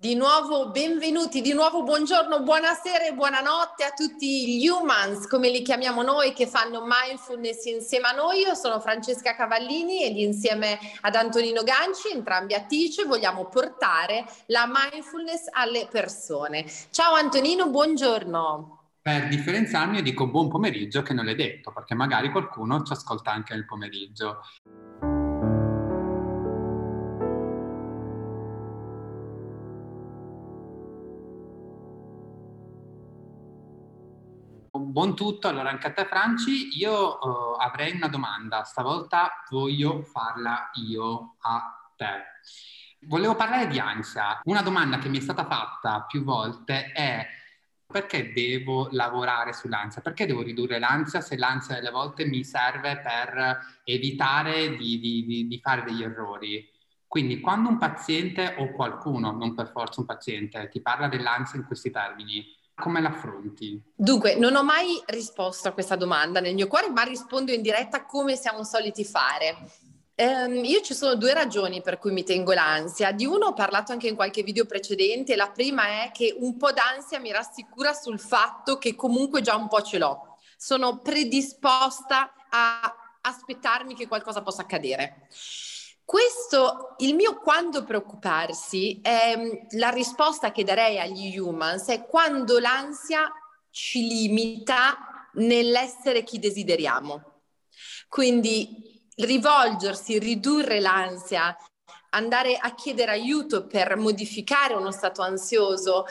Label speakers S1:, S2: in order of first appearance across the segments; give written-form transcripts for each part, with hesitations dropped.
S1: Di nuovo benvenuti, di nuovo buongiorno, buonasera e buonanotte a tutti gli humans, come li chiamiamo noi, che fanno mindfulness insieme a noi. Io sono Francesca Cavallini ed insieme ad Antonino Ganci, entrambi a Tice, vogliamo portare la mindfulness alle persone. Ciao Antonino, buongiorno.
S2: Per differenziarmi io dico buon pomeriggio, che non l'hai detto, perché magari qualcuno ci ascolta anche nel pomeriggio. Buon tutto, allora anche a te Franci, io avrei una domanda, stavolta voglio farla io a te. Volevo parlare di ansia. Una domanda che mi è stata fatta più volte è: perché devo lavorare sull'ansia? Perché devo ridurre l'ansia se l'ansia delle volte mi serve per evitare di fare degli errori? Quindi quando un paziente o qualcuno, non per forza un paziente, ti parla dell'ansia in questi termini, come l'affronti?
S1: Dunque, non ho mai risposto a questa domanda nel mio cuore, ma rispondo in diretta come siamo soliti fare. Io ci sono due ragioni per cui mi tengo l'ansia. Di uno ho parlato anche in qualche video precedente. La prima è che un po' d'ansia mi rassicura sul fatto che comunque già un po' ce l'ho. Sono predisposta a aspettarmi che qualcosa possa accadere. Questo, il mio quando preoccuparsi, la risposta che darei agli humans è quando l'ansia ci limita nell'essere chi desideriamo. Quindi rivolgersi, ridurre l'ansia, andare a chiedere aiuto per modificare uno stato ansioso,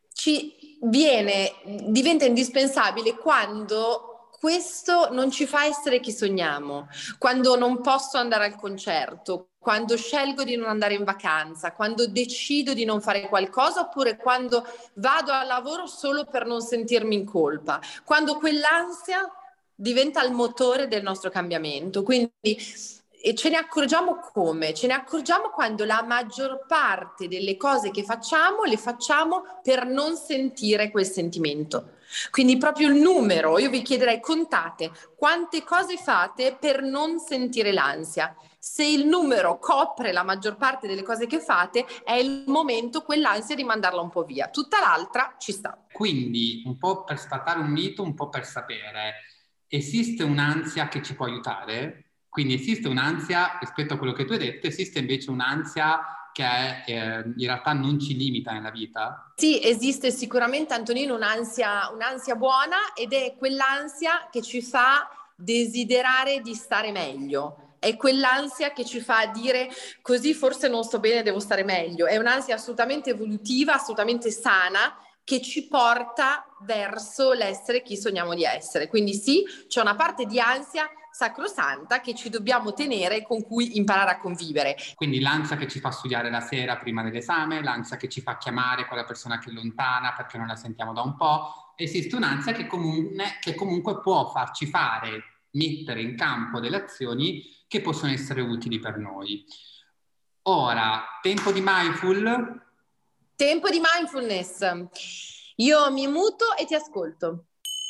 S1: diventa indispensabile quando questo non ci fa essere chi sogniamo, quando non posso andare al concerto, quando scelgo di non andare in vacanza, quando decido di non fare qualcosa, oppure quando vado al lavoro solo per non sentirmi in colpa, quando quell'ansia diventa il motore del nostro cambiamento. Quindi e ce ne accorgiamo come? Ce ne accorgiamo quando la maggior parte delle cose che facciamo le facciamo per non sentire quel sentimento. Quindi proprio il numero, io vi chiederei: contate quante cose fate per non sentire l'ansia. Se il numero copre la maggior parte delle cose che fate, è il momento, quell'ansia, di mandarla un po' via. Tutta l'altra ci sta.
S2: Quindi, un po' per sfatare un mito, un po' per sapere, esiste un'ansia che ci può aiutare? Quindi esiste un'ansia, rispetto a quello che tu hai detto, esiste invece un'ansia che in realtà non ci limita nella vita?
S1: Sì, esiste sicuramente, Antonino, un'ansia buona, ed è quell'ansia che ci fa desiderare di stare meglio. È quell'ansia che ci fa dire: così forse non sto bene, devo stare meglio. È un'ansia assolutamente evolutiva, assolutamente sana, che ci porta verso l'essere chi sogniamo di essere. Quindi sì, c'è una parte di ansia sacrosanta che ci dobbiamo tenere, con cui imparare a convivere.
S2: Quindi l'ansia che ci fa studiare la sera prima dell'esame, l'ansia che ci fa chiamare quella persona che è lontana perché non la sentiamo da un po'. Esiste un'ansia che comunque può farci mettere in campo delle azioni che possono essere utili per noi. Ora, tempo di mindful.
S1: Tempo di mindfulness. Io mi muto e ti ascolto.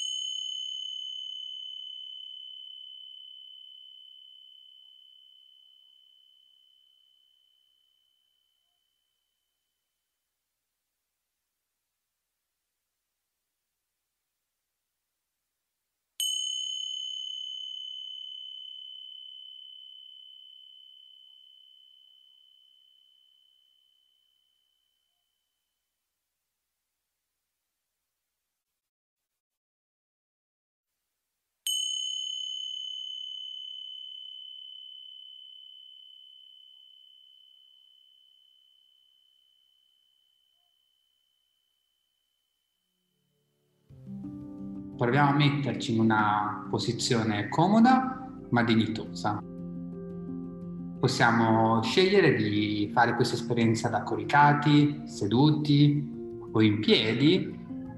S2: Proviamo a metterci in una posizione comoda ma dignitosa. Possiamo scegliere di fare questa esperienza da coricati, seduti o in piedi.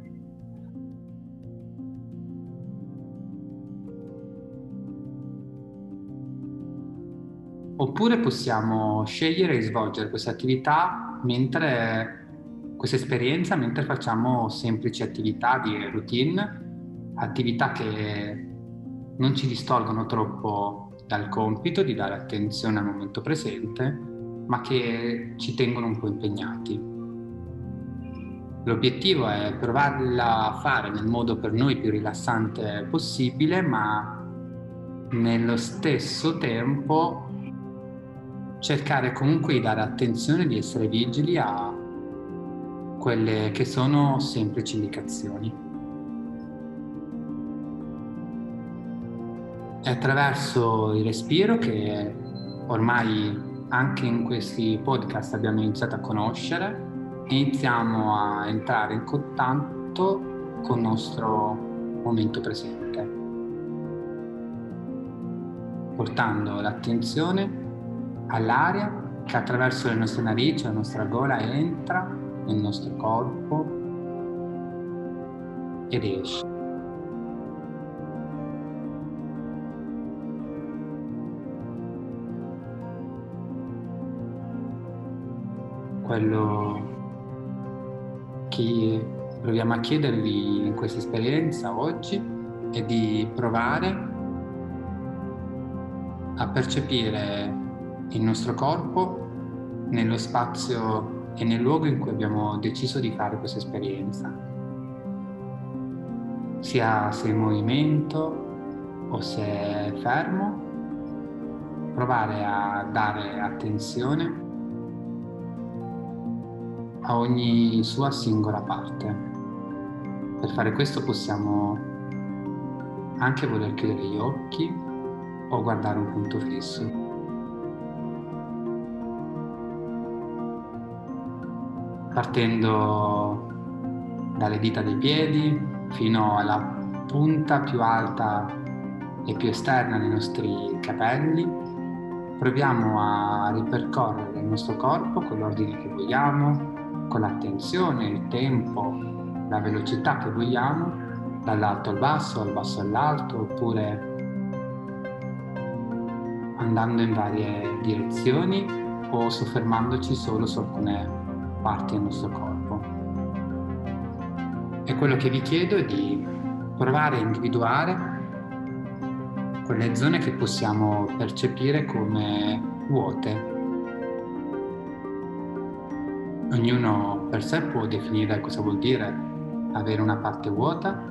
S2: Oppure possiamo scegliere di svolgere questa esperienza mentre facciamo semplici attività di routine, attività che non ci distolgono troppo dal compito di dare attenzione al momento presente, ma che ci tengono un po' impegnati. L'obiettivo è provarla a fare nel modo per noi più rilassante possibile, ma nello stesso tempo cercare comunque di dare attenzione, di essere vigili a quelle che sono semplici indicazioni. È attraverso il respiro che ormai anche in questi podcast abbiamo iniziato a conoscere e iniziamo a entrare in contatto con il nostro momento presente, portando l'attenzione all'aria che attraverso le nostre narici, la nostra gola entra nel nostro corpo ed esce. Quello che proviamo a chiedervi in questa esperienza oggi è di provare a percepire il nostro corpo nello spazio e nel luogo in cui abbiamo deciso di fare questa esperienza, sia se è in movimento o se è fermo. Provare a dare attenzione a ogni sua singola parte. Per fare questo possiamo anche voler chiudere gli occhi o guardare un punto fisso. Partendo dalle dita dei piedi fino alla punta più alta e più esterna dei nostri capelli, proviamo a ripercorrere il nostro corpo con l'ordine che vogliamo, con l'attenzione, il tempo, la velocità che vogliamo, dall'alto al basso all'alto, oppure andando in varie direzioni o soffermandoci solo su alcune parti del nostro corpo. E quello che vi chiedo è di provare a individuare quelle zone che possiamo percepire come vuote. Ognuno per sé può definire cosa vuol dire avere una parte vuota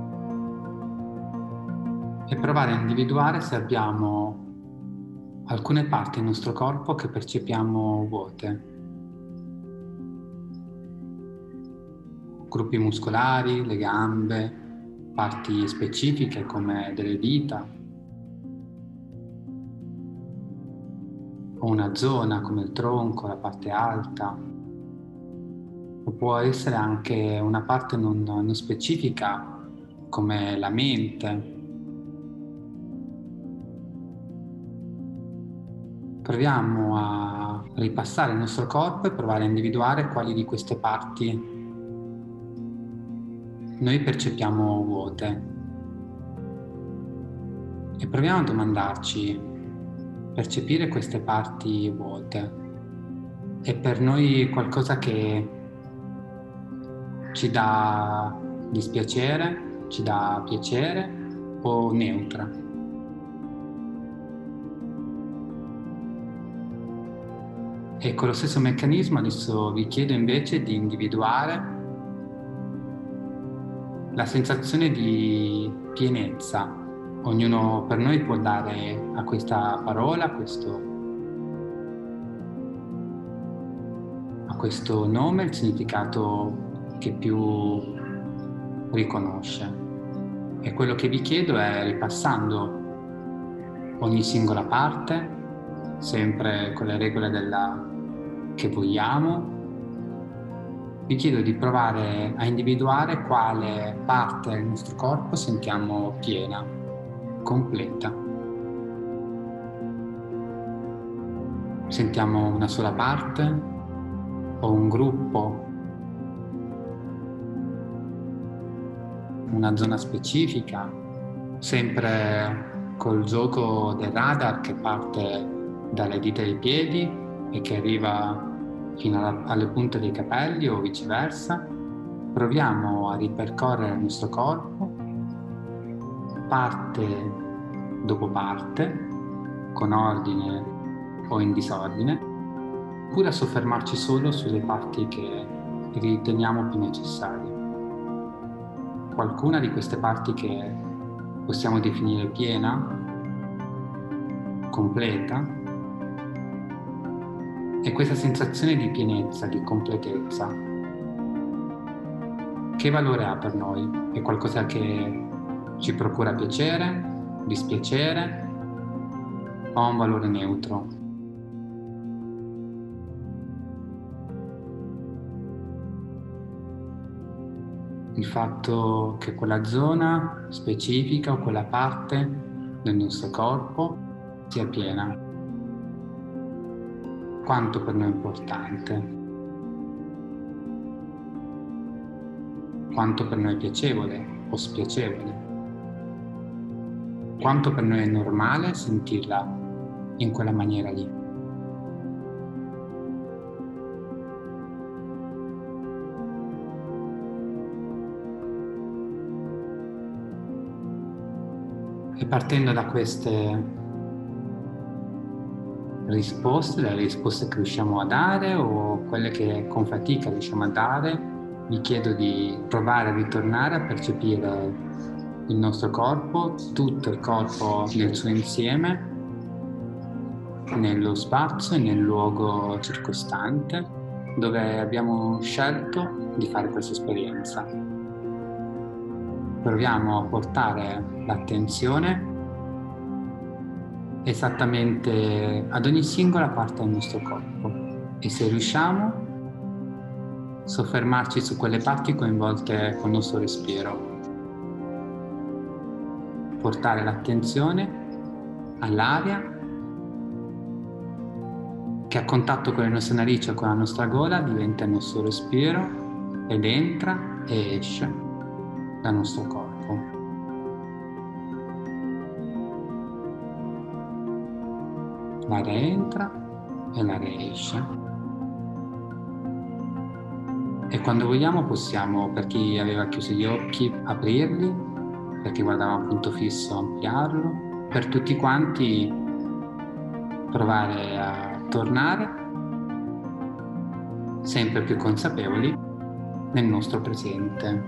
S2: e provare a individuare se abbiamo alcune parti del nostro corpo che percepiamo vuote. Gruppi muscolari, le gambe, parti specifiche come delle dita, o una zona come il tronco, la parte alta, o può essere anche una parte non specifica come la mente. Proviamo a ripassare il nostro corpo e provare a individuare quali di queste parti noi percepiamo vuote. E proviamo a domandarci: percepire queste parti vuote è per noi qualcosa che ci dà dispiacere, ci dà piacere o neutra? E con lo stesso meccanismo adesso vi chiedo invece di individuare la sensazione di pienezza. Ognuno per noi può dare a questa parola, a questo nome, il significato che più riconosce. E quello che vi chiedo è, ripassando ogni singola parte, sempre con le regole che vogliamo, vi chiedo di provare a individuare quale parte del nostro corpo sentiamo piena, completa. Sentiamo una sola parte o un gruppo, una zona specifica, sempre col gioco del radar che parte dalle dita dei piedi e che arriva fino alle punte dei capelli o viceversa. Proviamo a ripercorrere il nostro corpo parte dopo parte, con ordine o in disordine, oppure a soffermarci solo sulle parti che riteniamo più necessarie. Qualcuna di queste parti che possiamo definire piena, completa, e questa sensazione di pienezza, di completezza, che valore ha per noi? È qualcosa che ci procura piacere, dispiacere, o ha un valore neutro? Il fatto che quella zona specifica o quella parte del nostro corpo sia piena. Quanto per noi è importante? Quanto per noi è piacevole o spiacevole? Quanto per noi è normale sentirla in quella maniera lì? E partendo da queste risposte, dalle risposte che riusciamo a dare o quelle che con fatica riusciamo a dare, vi chiedo di provare a ritornare a percepire il nostro corpo, tutto il corpo nel suo insieme, nello spazio e nel luogo circostante dove abbiamo scelto di fare questa esperienza. Proviamo a portare l'attenzione esattamente ad ogni singola parte del nostro corpo e, se riusciamo, soffermarci su quelle parti coinvolte col nostro respiro. Portare l'attenzione all'aria che, a contatto con le nostre narici o con la nostra gola, diventa il nostro respiro ed entra e esce dal nostro corpo. L'aria entra e l'aria esce. E quando vogliamo possiamo, per chi aveva chiuso gli occhi, aprirli, per chi guardava un punto fisso, ampliarlo, per tutti quanti provare a tornare sempre più consapevoli nel nostro presente.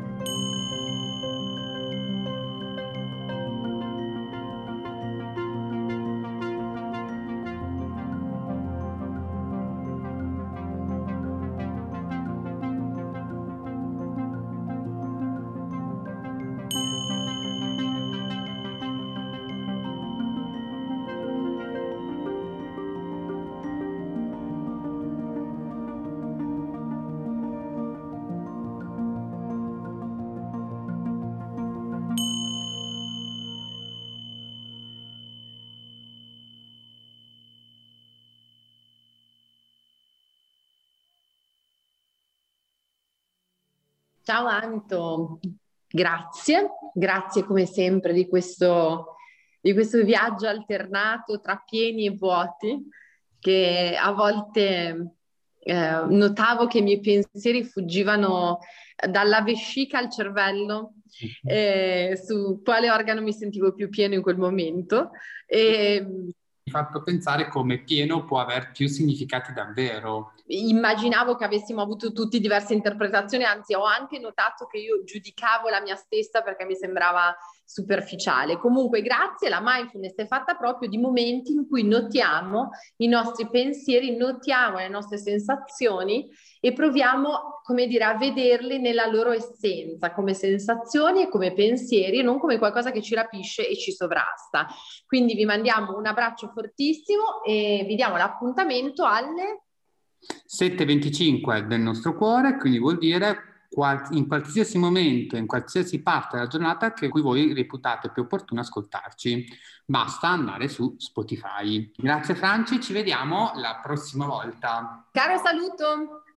S1: Ciao Anto, grazie come sempre di questo viaggio alternato tra pieni e vuoti, che a volte notavo che i miei pensieri fuggivano dalla vescica al cervello, su quale organo mi sentivo più pieno in quel momento.
S2: Mi ha fatto pensare come pieno può aver più significati davvero.
S1: Immaginavo che avessimo avuto tutti diverse interpretazioni, anzi ho anche notato che io giudicavo la mia stessa perché mi sembrava superficiale. Comunque grazie, la mindfulness è fatta proprio di momenti in cui notiamo i nostri pensieri, notiamo le nostre sensazioni e proviamo, come dire, a vederli nella loro essenza, come sensazioni e come pensieri, non come qualcosa che ci rapisce e ci sovrasta. Quindi vi mandiamo un abbraccio fortissimo e vi diamo l'appuntamento alle
S2: 7:25 del nostro cuore, quindi vuol dire in qualsiasi momento, in qualsiasi parte della giornata che cui voi reputate più opportuno ascoltarci. Basta andare su Spotify. Grazie Franci, ci vediamo la prossima volta.
S1: caro saluto!